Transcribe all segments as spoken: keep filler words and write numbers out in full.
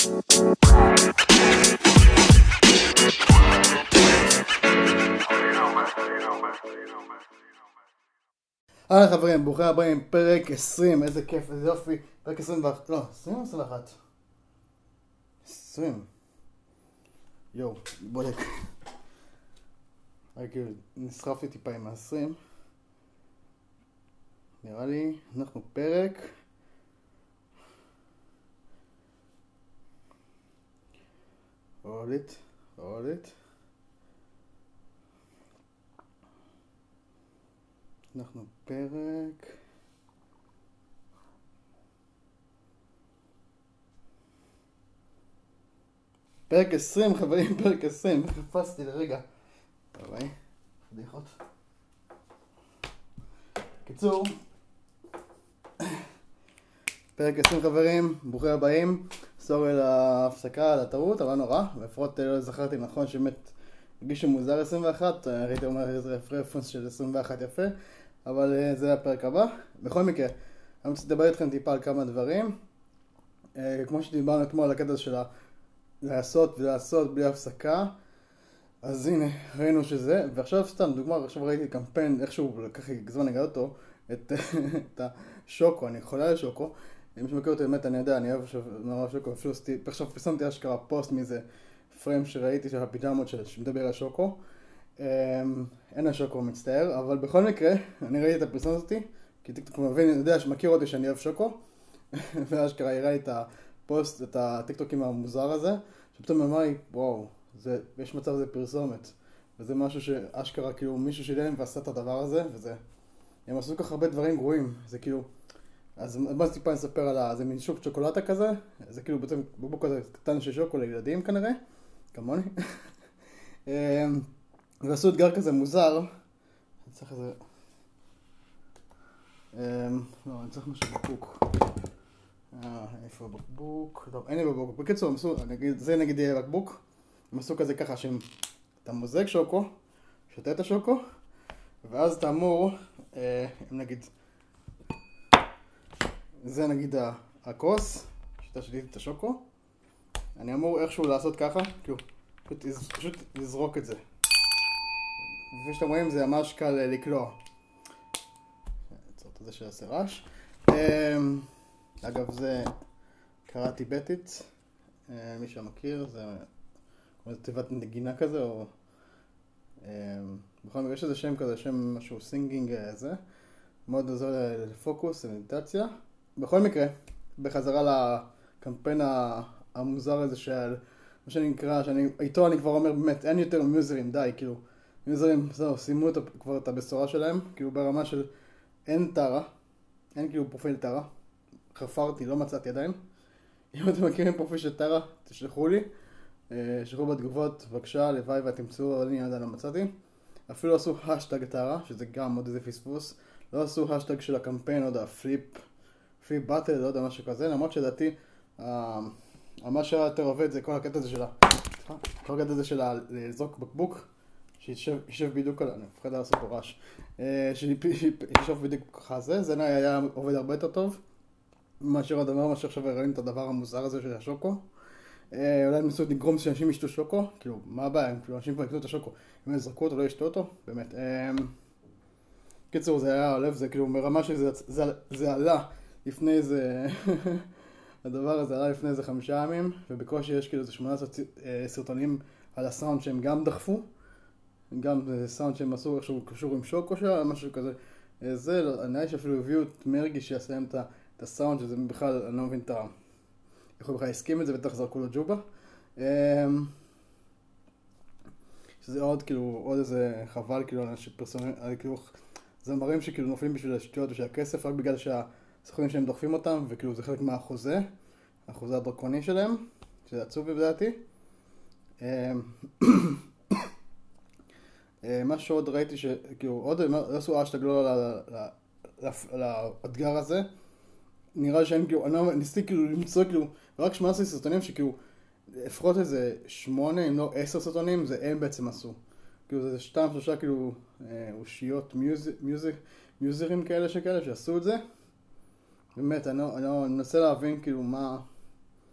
היי חברים, ברוכים הבאים, פרק עשרים, איזה כיף, איזה יופי, פרק עשרים ואחת, לא, עשרים או עשרים ואחת? עשרים. יואו, בודק. רק כאילו, נסחפתי טיפה עם ה-עשרים. נראה לי, אנחנו פרק. הולית, הולית. אנחנו פרק פרק עשרים חברים, פרק עשרים, חפשתי לרגע. ביי, פדיחות. קיצור, פרק עשרים חברים, ברוכים הבאים. סורי להפסקה, על הטעות, אבל נורא, לפחות לא זכרתי נכון שבאמת הגישו מוזר עשרים ואחת, ראיתי אומר איזה רפרנס של עשרים ואחת יפה, אבל זה הפרק הבא. בכל מקרה, אני רוצה לדבר איתכם טיפה על כמה דברים. כמו שדיברנו אתמול על הקטע של לעשות ולעשות בלי הפסקה, אז הנה, ראינו שזה, ועכשיו סתם דוגמה, עכשיו ראיתי קמפיין, איכשהו לקח לי זמן לגעת אותו, את, את השוקו, אני חולה על שוקו, מי שמכיר אותי באמת אני יודע, אני אוהב נורא שוקו, אפילו עכשיו פרסמתי אשכרה פוסט מזה פריים שראיתי של הפיג'מות שמדבר על שוקו. אין השוקו מצטער, אבל בכל מקרה אני ראיתי את הפרסומת אותי, כי טיקטוק מבין, אני יודע שמכיר אותי שאני אוהב שוקו, ואשכרה יראי את הפוסט, את הטיקטוקים המוזר הזה, שפתאום אמר לי, וואו, זה, יש מצב זה פרסומת, וזה משהו שאשכרה כאילו מישהו שילם ועשה את הדבר הזה, וזה, הם עשו כך הרבה דברים גרועים, זה כאילו, אז בוא טיפה נספר על זה מין שוק צ'וקולטה כזה, זה כאילו בעצם בקבוק כזה קטן של שוקו לילדים כנראה, כמוני. ועשו אתגר כזה מוזר, אני צריך איזה, לא, אני צריך משהו בקבוק. אה, איפה בקבוק? טוב, אין לי בקבוק. בקיצור, זה נגיד יהיה בקבוק. הם עשו כזה ככה שאתה מוזג שוקו, שותה את השוקו, ואז אתה אמור, אם נגיד, זה נגיד הכוס, שאתה שתית את השוקו, אני אמור איכשהו לעשות ככה, כאילו, פשוט לזרוק את זה. וכפי שאתם רואים זה ממש קל לקלוע. נצרות את זה שעשה רעש. אגב זה קרא טיבטית, מי שמכיר, זה כמו תיבת נגינה כזה, או בכל מקרה יש איזה שם כזה, שם משהו סינגינג זה, מאוד עוזר לפוקוס, למדיטציה. בכל מקרה, בחזרה לקמפיין המוזר הזה של מה שנקרא, שאני, איתו אני כבר אומר באמת, אין יותר מיוזרים, די, כאילו, מיוזרים, זהו, סיימו את, כבר את הבשורה שלהם, כאילו ברמה של אין טרה, אין כאילו פרופיל טרה, חפרתי, לא מצאתי עדיין. אם אתם מכירים פרופיל של טרה, תשלחו לי, תשלחו בתגובות, בבקשה, לוואי ותמצאו, אני עדיין לא מצאתי. אפילו עשו השטג טרה, שזה גם עוד איזה פספוס, לא עשו השטג של הקמפיין, עוד הפליפ, פליפ באטל, לא יודע משהו כזה, למרות שדעתי, מה שיותר עובד זה כל הקטע הזה שלה, כל הקטע הזה שלה לזרוק בקבוק, שישב בדיוק על, אני מפחד לעשות פה רעש, שישב בדיוק ככה זה, זה היה עובד הרבה יותר טוב, מאשר הדבר, מה שעכשיו ראינו את הדבר המוזר הזה של השוקו. אולי הם ניסו לגרום שאנשים ישתו שוקו, כאילו, מה הבעיה? כאילו, אנשים כבר יקנו את השוקו, אם הם יזרקו אותו, לא ישתו אותו, באמת. קיצור, זה היה הלב, זה כאילו, מרמה שזה עלה לפני איזה, הדבר הזה עלה לפני איזה חמישה ימים, ובקושי יש כאילו איזה שמונה עשרה סרטונים על הסאונד שהם גם דחפו, גם סאונד שהם עשו איכשהו קשור עם שוקו שלה, משהו כזה. זה, אני חושב שאפילו הביאו את מרגי שיעשה להם את הסאונד, שזה בכלל, אני לא מבין את ה... איך הוא בכלל הסכים את זה ותך זרקו לו ג'ובה. שזה עוד כאילו, עוד איזה חבל כאילו, אנשים פרסונלים, כאילו, זה מראים שכאילו נופלים בשביל השטויות ושל הכסף, רק בגלל שהסוכנים שהם דוחפים אותם, וכאילו זה חלק מהחוזה, החוזה הדרקוני שלהם, שזה עצוב בדעתי. מה שעוד ראיתי שכאילו, עוד לא עשו אשטג לא לאתגר הזה, נראה שאין כאילו, אני ניסיתי כאילו למצוא כאילו, רק שמונה עשרה סרטונים שכאילו, לפחות איזה שמונה, אם לא עשר סרטונים, זה הם בעצם עשו. כאילו זה שתיים, שלושה כאילו, אושיות, מיוזרים כאלה שכאלה שעשו את זה. באמת, אני מנסה להבין כאילו מה,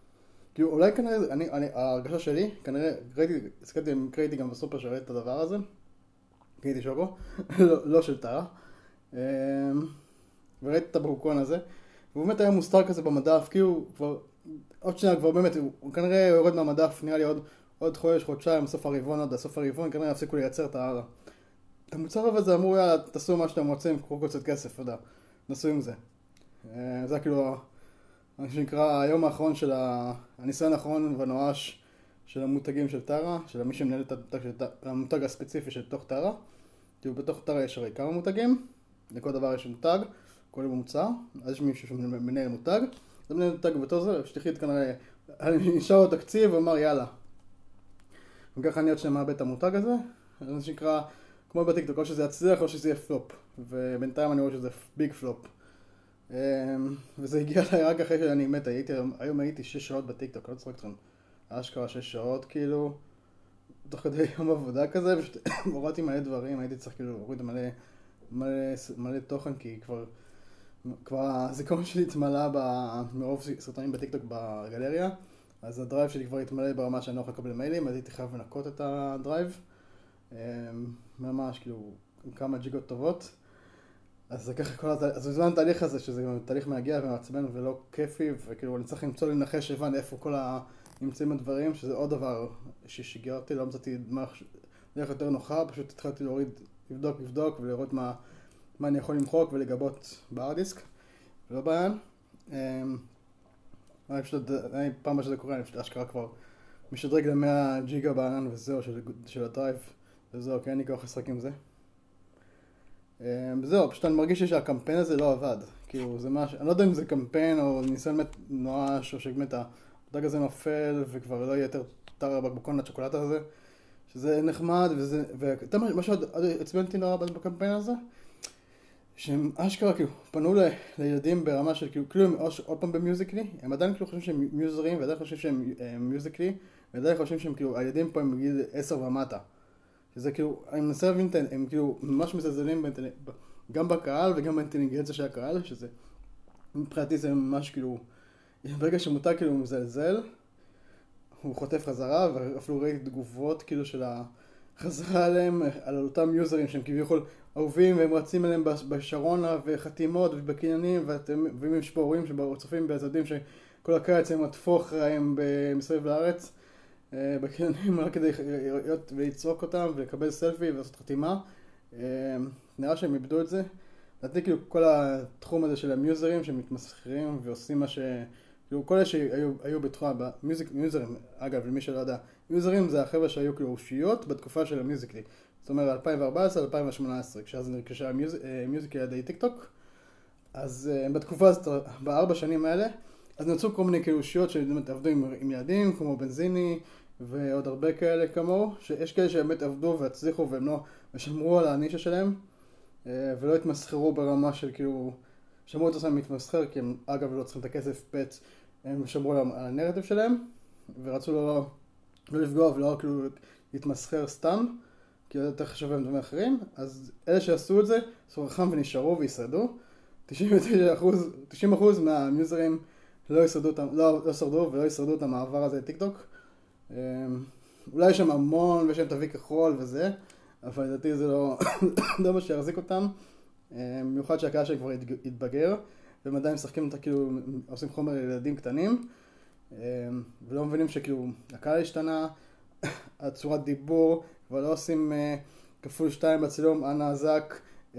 כאילו, אולי כנראה, אני, אני, ההרגשה שלי, כנראה, ראיתי, הסתכלתי קראתי גם בסופר שראיתי את הדבר הזה, קראתי שוקו, לא, לא של טרה, אמ, וראיתי את הבקבוקון הזה, והוא באמת היה מוסתר כזה במדף, כאילו, כבר, עוד שנייה כבר באמת, הוא, הוא כנראה יורד מהמדף, נראה לי עוד, עוד חודש, חודשיים, סוף הרבעון, עד הסוף הרבעון, כנראה יפסיקו לייצר את ה... את המוצר הזה אמרו, יאללה, תעשו מה שאתם רוצים, קחו קצת כסף, אתה יודע, נסו עם זה. אה, זה היה כאילו, מה שנקרא, היום האחרון של ה... הניסיון האחרון והנואש של המותגים של טרה, של מי שמנהל את המותג, של... המותג הספציפי של תוך טרה. כאילו, בתוך טרה יש הרי כמה מותגים, לכל דבר יש מותג, כל מוצר, אז יש מישהו שמנהל מותג, זה מנהל מותג בתור זה, שתחליט כנראה, נשאר לו תקציב ואמר יאללה. וככה אני עוד שניה מאבד את המותג הזה, זה מה שנקרא, כמו בטיקטוק, או שזה יצליח או שזה יהיה פלופ, ובינתיים אני רואה שזה ביג פלופ. וזה הגיע אליי רק אחרי שאני מת, הייתי, היום הייתי שש שעות בטיקטוק, לא צוחק אתכם, אשכרה שש שעות כאילו, תוך כדי יום עבודה כזה, ופשוט הורדתי מלא דברים, הייתי צריך כאילו להוריד מלא, מלא, מלא תוכן, כי כבר, כבר הזיכרון שלי התמלא מרוב סרטונים בטיקטוק בגלריה, אז הדרייב שלי כבר התמלא ברמה שאני לא יכול לקבל מיילים, אז הייתי חייב לנקות את הדרייב, ממש כאילו כמה ג'יגות טובות. אז זה ככה כל התהליך, אז בזמן התהליך הזה, שזה תהליך מגיע ומעצבן ולא כיפי, וכאילו אני צריך למצוא לנחש הבן איפה כל הנמצאים הדברים, שזה עוד דבר ששיגע אותי, לא מצאתי דרך יותר נוחה, פשוט התחלתי להוריד, לבדוק, לבדוק ולראות מה, מה אני יכול למחוק ולגבות בהרדיסק, ולא בעניין. אני פשוט, אני פעם מה שזה קורה, אני פשוט אשכרה כבר משדרג ל-מאה ג'יגה בענן וזהו, של, של הדרייב, וזהו, כי אני כבר חסרק עם זה. וזהו, פשוט אני מרגיש שהקמפיין הזה לא עבד, כאילו זה משהו, אני לא יודע אם זה קמפיין או ניסיון באמת נואש, או שבאמת הדג הזה נופל וכבר לא יהיה יותר טרה בקבוקון הצ'וקולטה הזה, שזה נחמד, וזה, ואתה מה שעוד עצבן אותי נורא בקמפיין הזה, שהם אשכרה כאילו פנו ל, לילדים ברמה של כאילו, כאילו הם עוד פעם במיוזיקלי, הם עדיין כאילו חושבים שהם מיוזרים, ועדיין חושבים שהם מיוזיקלי, ועדיין חושבים שהם כאילו, הילדים פה הם בגיל עשר ומטה. שזה כאילו, אני מנסה להבין, הם כאילו ממש מזלזלים גם בקהל וגם באינטליגנציה של הקהל, שזה מבחינתי זה ממש כאילו, ברגע שמותג כאילו מזלזל, הוא חוטף חזרה, ואפילו ראיתי תגובות כאילו של החזרה עליהם, על אותם יוזרים שהם כביכול אהובים, והם רצים עליהם בשרונה וחתימות ובקניינים, ואם יש פה הורים שצופים בצדדים שכל הקיץ הם עטפו אחריהם מסביב לארץ, בקניינים רק כדי להיות ולצעוק אותם ולקבל סלפי ולעשות חתימה. נראה שהם איבדו את זה. לדעתי כאילו כל התחום הזה של המיוזרים שמתמסחרים ועושים מה ש... כאילו כל אלה שהיו בתחום, מיוזרים, אגב למי שלא יודע, מיוזרים זה החבר'ה שהיו כאילו אושיות בתקופה של המיוזיקלי. זאת אומרת אלפיים וארבע עשרה עד אלפיים שמונה עשרה, כשאז נרכשה המיוזיקלי על ידי טיק טוק. אז בתקופה הזאת, בארבע שנים האלה, אז נוצרו כל מיני כאילו אושיות שבאמת עבדו עם, עם ילדים, כמו בנזיני, ועוד הרבה כאלה כמוהו, שיש כאלה שבאמת עבדו והצליחו והם לא ושמרו על הנישה שלהם, ולא התמסחרו ברמה של כאילו, שמרו את עצמם מתמסחר, כי הם אגב לא צריכים את הכסף פט, הם שמרו על הנרטיב שלהם, ורצו לא, לא לפגוע ולא כאילו להתמסחר סתם, כי זה יותר חשוב להם דברים אחרים. אז אלה שעשו את זה, עשו רחם ונשארו וישרדו. תשעים ותשע אחוז, תשעים אחוז מהמיוזרים לא ישרדו, לא, לא שרדו ולא ישרדו את המעבר הזה לטיק טוק. אולי יש שם המון ויש שם תווי כחול וזה, אבל לדעתי זה לא, לא מה שיחזיק אותם, במיוחד שהקהל שהם כבר התבגר, והם עדיין משחקים אותה כאילו, עושים חומר לילדים קטנים, ולא מבינים שכאילו הקהל השתנה, הצורת דיבור, כבר לא עושים כפול שתיים בצילום, אנה זק,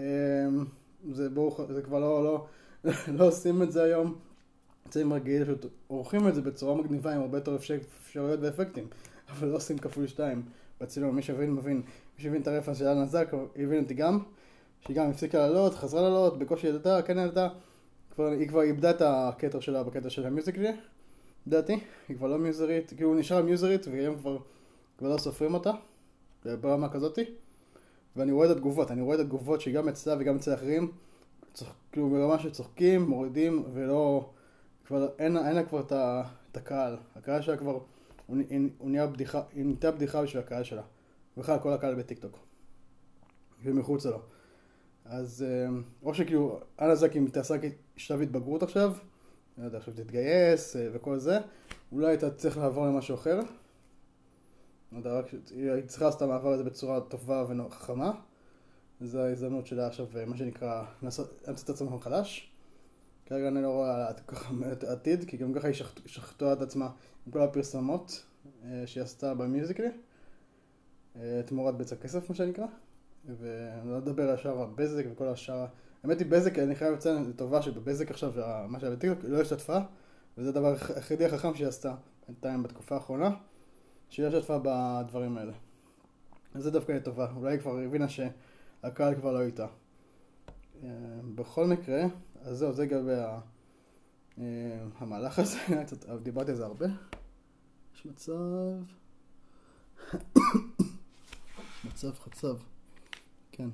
זה, בוא, זה כבר לא, לא, לא עושים את זה היום, צעים רגיל, עורכים את זה בצורה מגניבה עם הרבה יותר אפשרויות ואפקטים, אבל לא עושים כפול שתיים בצילום. מי שהבין מבין, מי שהבין את הרפרנס של אנה זק, הבין אותי גם, שהיא גם הפסיקה לעלות, חזרה לעלות, בקושי ילדה, כן ילדה, כבר, היא כבר איבדה את הקטר שלה בקטר של המיוזיקלי, לדעתי, היא כבר לא מיוזרית, כאילו נשארה מיוזרית והיום כבר, כבר לא סופרים אותה, ברמה כזאתי, ואני רואה את התגובות, אני רואה את התגובות שהיא גם אצלה וגם אצל אחרים, צוח, כאילו ברמה שצוחקים, מורידים, ולא, כבר אין, אין לה כבר את, את הקהל, הקהל שלה כבר, הוא, הוא נהיה בדיחה, היא נהייתה בדיחה בשביל הקהל שלה, ובכלל כל הקהל בטיקטוק, ומחוץ לו. אז או שכאילו, אנה זק אם תעשה שלב התבגרות עכשיו, לא יודע, עכשיו תתגייס וכל זה, אולי אתה צריך לעבור למשהו אחר. לא יודע, רק היא צריכה לעשות את המעבר הזה בצורה טובה וחכמה. זו ההזדמנות שלה עכשיו, מה שנקרא, למצוא את עצמך מחדש. כרגע אני לא רואה את העתיד, כי גם ככה היא שחטוה את עצמה עם כל הפרסומות שהיא עשתה במיוזיקלי. תמורת בצע כסף, מה שנקרא. ואני לא אדבר על השאר הבזק וכל השאר. האמת היא בזק, אני חייב לציין לטובה שבבזק עכשיו, מה שהיה בטיקטוק, לא השתתפה. וזה הדבר הכי החכם שהיא עשתה בינתיים בתקופה האחרונה, שהיא השתתפה בדברים האלה. אז זה דווקא לטובה, אולי היא כבר הבינה שהקהל כבר לא איתה. בכל מקרה, אז זהו, זה גבי המהלך הזה, קצת דיברתי על זה הרבה. יש מצב... מצב חצב, כן.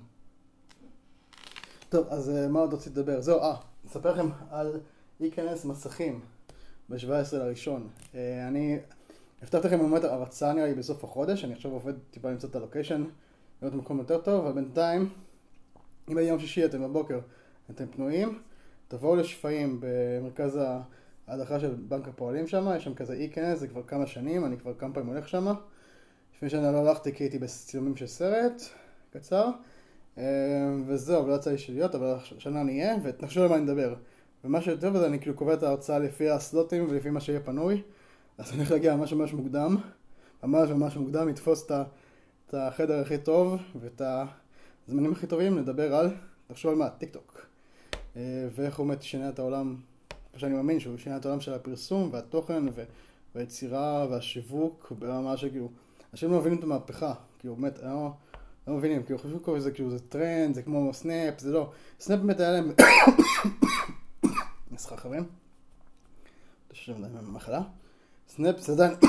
טוב, אז מה עוד רציתי לדבר? זהו, אה, אספר לכם על להיכנס מסכים ב-שבעה עשר לראשון. אני הבטחתי לכם באמת הרצאה נראה לי בסוף החודש, אני עכשיו עובד טיפה למצוא את הלוקיישן, להיות במקום יותר טוב, אבל בינתיים, אם ביום שישי אתם בבוקר, אתם פנויים, תבואו לשפעים במרכז ההדרכה של בנק הפועלים שם, יש שם כזה אי-כנס, זה כבר כמה שנים, אני כבר כמה פעמים הולך שם. לפני שאני לא הלכתי כי הייתי בצילומים של סרט קצר, וזהו, לא יצא לי שלהיות, אבל השנה אני אהיה, ותנחשו למה אני מדבר. ומה שיותר בזה, אני כאילו קובע את ההרצאה לפי הסלוטים ולפי מה שיהיה פנוי, אז אני הולך להגיע ממש ממש מוקדם, ממש ממש מוקדם, לתפוס את החדר הכי טוב ואת הזמנים הכי טובים לדבר על, תחשוב על מה, טיק טוק. ואיך הוא באמת שינה את העולם, שאני מאמין שהוא שינה את העולם של הפרסום והתוכן והיצירה והשיווק, ברמה שכאילו, אנשים לא מבינים את המהפכה, כאילו באמת, לא, לא מבינים, כאילו חושבים כל זה, כאילו זה טרנד, זה כמו סנאפ, זה לא, סנאפ באמת היה להם, נסחר חברים, תשאר להם מחלה, סנאפ זה עדיין,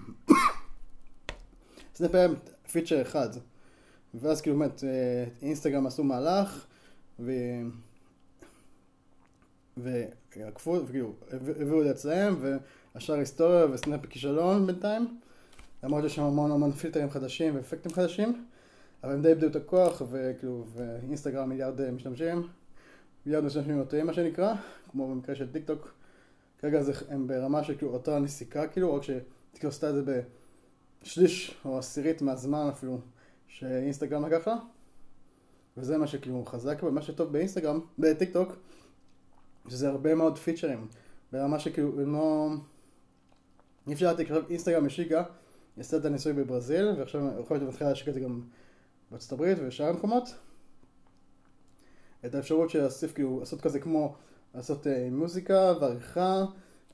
סנאפ היה פיצ'ר אחד, ואז כאילו באמת, אינסטגרם עשו מהלך, ו... ועקפו, וכאילו, הביאו את זה אצלהם, והשאר היסטוריה וסנאפ כישלון בינתיים, למרות שיש שם המון המון פילטרים חדשים ואפקטים חדשים, אבל הם די איבדו את הכוח, וכאילו, ואינסטגרם מיליארד משתמשים, מיליארד משתמשים יותר מה שנקרא, כמו במקרה של טיק טוק, כרגע הם ברמה של כאילו אותה נסיקה, כאילו, רק שטיק טוק עשתה את זה בשליש או עשירית מהזמן אפילו, שאינסטגרם לקח לה, וזה מה שכאילו חזק, ומה שטוב באינסטגרם, בטיק טוק, שזה הרבה מאוד פיצ'רים, ברמה שכאילו, לא... אי אפשר לדעת, עכשיו אינסטגרם השיקה, היא עשתה את הניסוי בברזיל, ועכשיו יכול להיות מתחילה להשקיע את זה גם בארצות הברית ובשאר המקומות. את האפשרות של להוסיף, כאילו, לעשות כזה כמו, לעשות אה, מוזיקה ועריכה.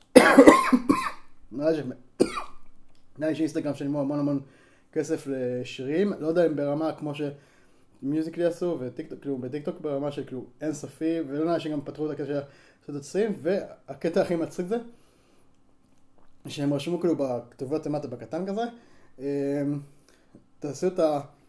נראה לי שאינסטגרם שילמו המון המון כסף לשירים, לא יודע אם ברמה כמו שמיוזיקלי עשו, וטיקטוק, כאילו, בטיקטוק ברמה של כאילו אין סופי, ולא נראה שגם פתחו את הקטע של לעשות את הסרטים, והקטע הכי מצחיק זה, שהם רשמו כאילו בכתובות למטה בקטן כזה, תעשו את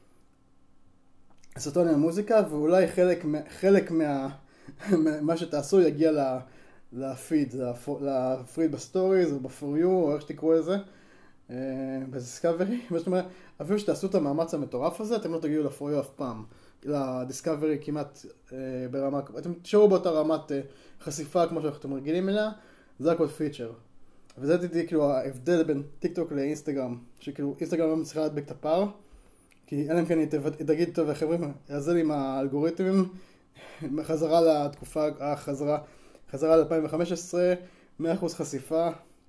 הסרטון עם המוזיקה, ואולי חלק, חלק מה, מה שתעשו יגיע לפיד, לפריד בסטוריז או ב-for you או איך שתקראו לזה, בדיסקאברי, זאת אומרת, אפילו שתעשו את המאמץ המטורף הזה, אתם לא תגיעו ל-for you אף פעם, לדיסקאברי כמעט ברמה, אתם תשארו באותה רמת חשיפה כמו שאתם רגילים אליה, זה הכל פיצ'ר. וזה תדעי כאילו ההבדל בין טיק טוק לאינסטגרם, שכאילו אינסטגרם לא מצליחה להדביק את הפער, כי אלא אם כן היא תגיד טוב החברים, יעזר לי עם האלגוריתמים, חזרה לתקופה, חזרה, חזרה ל-אלפיים וחמש עשרה, מאה אחוז חשיפה,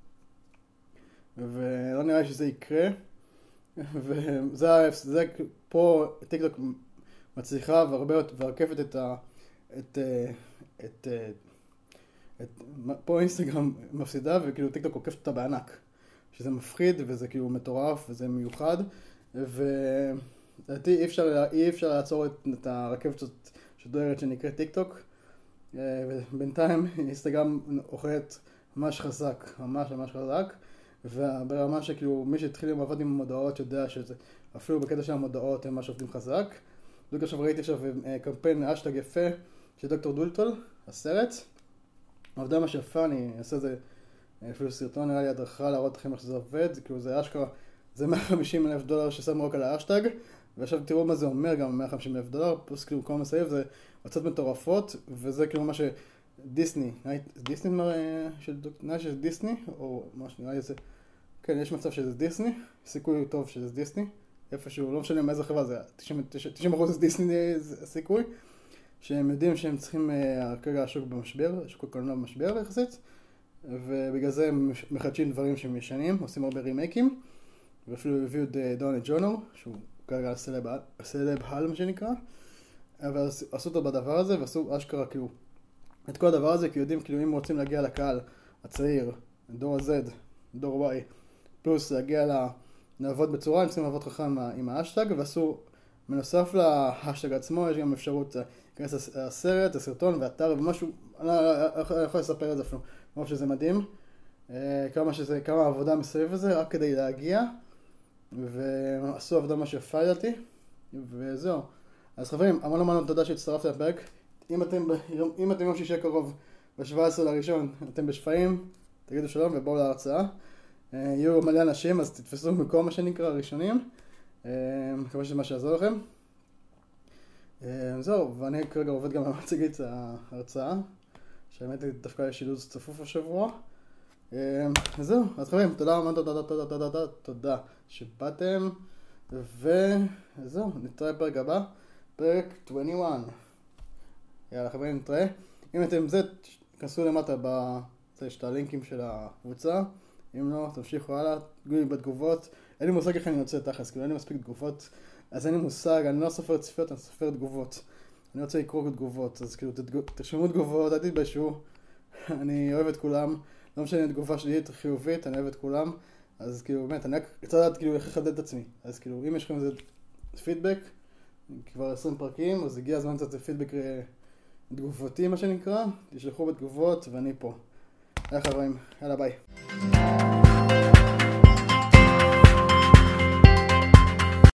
ולא נראה שזה יקרה, וזה, זה, פה טיק טוק מצליחה והרבה יותר, והרכפת את ה... את, את, את, פה אינסטגרם מפסידה וכאילו טיק טוק עוקפת אותה בענק, שזה מפחיד וזה כאילו מטורף וזה מיוחד, ולדעתי אי אפשר, אי אפשר לעצור את, את הרכבת הזאת שדוהרת שנקראת טיק טוק, ובינתיים אינסטגרם אוכלת ממש חזק, ממש ממש חזק, וברמה שכאילו מי שהתחיל לעבוד עם המודעות יודע שזה אפילו בקטע של המודעות הם ממש עובדים חזק. בדיוק עכשיו ראיתי עכשיו קמפיין אשטג יפה של דוקטור דולטול, הסרט. עובדה מה שיפה, אני אעשה את זה אפילו סרטון, נראה לי הדרכה להראות לכם איך שזה עובד, זה כאילו זה אשכרה, זה מאה וחמישים אלף דולר ששמו רק על האשטג, ועכשיו תראו מה זה אומר גם מאה וחמישים אלף דולר, פלוס כאילו כל מסעיף, זה הוצאות מטורפות, וזה כאילו מה שדיסני, דיסני נראה לי שזה דיסני, או מה שנראה לי זה כן, יש מצב שזה דיסני, סיכוי טוב שזה דיסני, איפשהו, לא משנה מאיזה חברה זה, תשעים אחוז דיסני זה סיכוי, שהם יודעים שהם צריכים, כרגע השוק במשבר, השוק הקולנוע במשבר יחסית, ובגלל זה הם מחדשים דברים שהם ישנים, עושים הרבה רימייקים, ואפילו הביאו את דוני ג'ונור, שהוא כרגע סלב הל מה שנקרא, אבל עשו אותו בדבר הזה, ועשו אשכרה כאילו את כל הדבר הזה, כי יודעים כאילו אם רוצים להגיע לקהל הצעיר, דור ה-Z, דור Y, פלוס להגיע ל... לעבוד בצורה, הם צריכים לעבוד חכם עם האשטג, ועשו, מנוסף להאשטג עצמו, יש גם אפשרות להיכנס לסרט, הסרטון והאתר ומשהו, אני לא יכול לספר את זה אפילו, ממש שזה מדהים, כמה שזה, כמה עבודה מסביב לזה, רק כדי להגיע, ועשו עבודה מה שיפה לדעתי, וזהו. אז חברים, המון המון תודה שהצטרפתם לפרק, אם אתם, אם אתם יום שישי הקרוב, ב-שבעה עשר לראשון, אתם בשפעים, תגידו שלום ובואו להרצאה. יהיו מלא אנשים, אז תתפסו מקום מה שנקרא ראשונים. מקווה שזה מה שיעזור לכם. זהו, ואני כרגע עובד גם במצגת ההרצאה, שהאמת דווקא יש שילוז צפוף השבוע. זהו, אז חברים, תודה רבה, תודה, תודה, תודה, תודה, תודה שבאתם. וזהו, נתראה בפרק הבא, פרק עשרים ואחת. יאללה חברים, נתראה. אם אתם זה, כנסו למטה, יש את הלינקים של הקבוצה. אם לא, תמשיכו הלאה, תגעו לי בתגובות. אין לי מושג איך אני יוצא תחס, כאילו אין לי מספיק תגובות, אז אין לי מושג, אני לא סופר צפיות, אני סופר תגובות. אני רוצה לקרוא תגובות, אז כאילו תרשמו תגובות, אל תתביישו. אני אוהב את כולם, לא משנה תגובה שלילית או חיובית, אני אוהב את כולם. אז כאילו באמת, אני רק רוצה לדעת כאילו איך לחדד את עצמי. אז כאילו אם יש לכם איזה פידבק, כבר עשרים פרקים, אז הגיע הזמן קצת פידבק תגובותי מה שנקרא, תשלחו בתגובות ואני פה. היי חברים, יאללה ביי.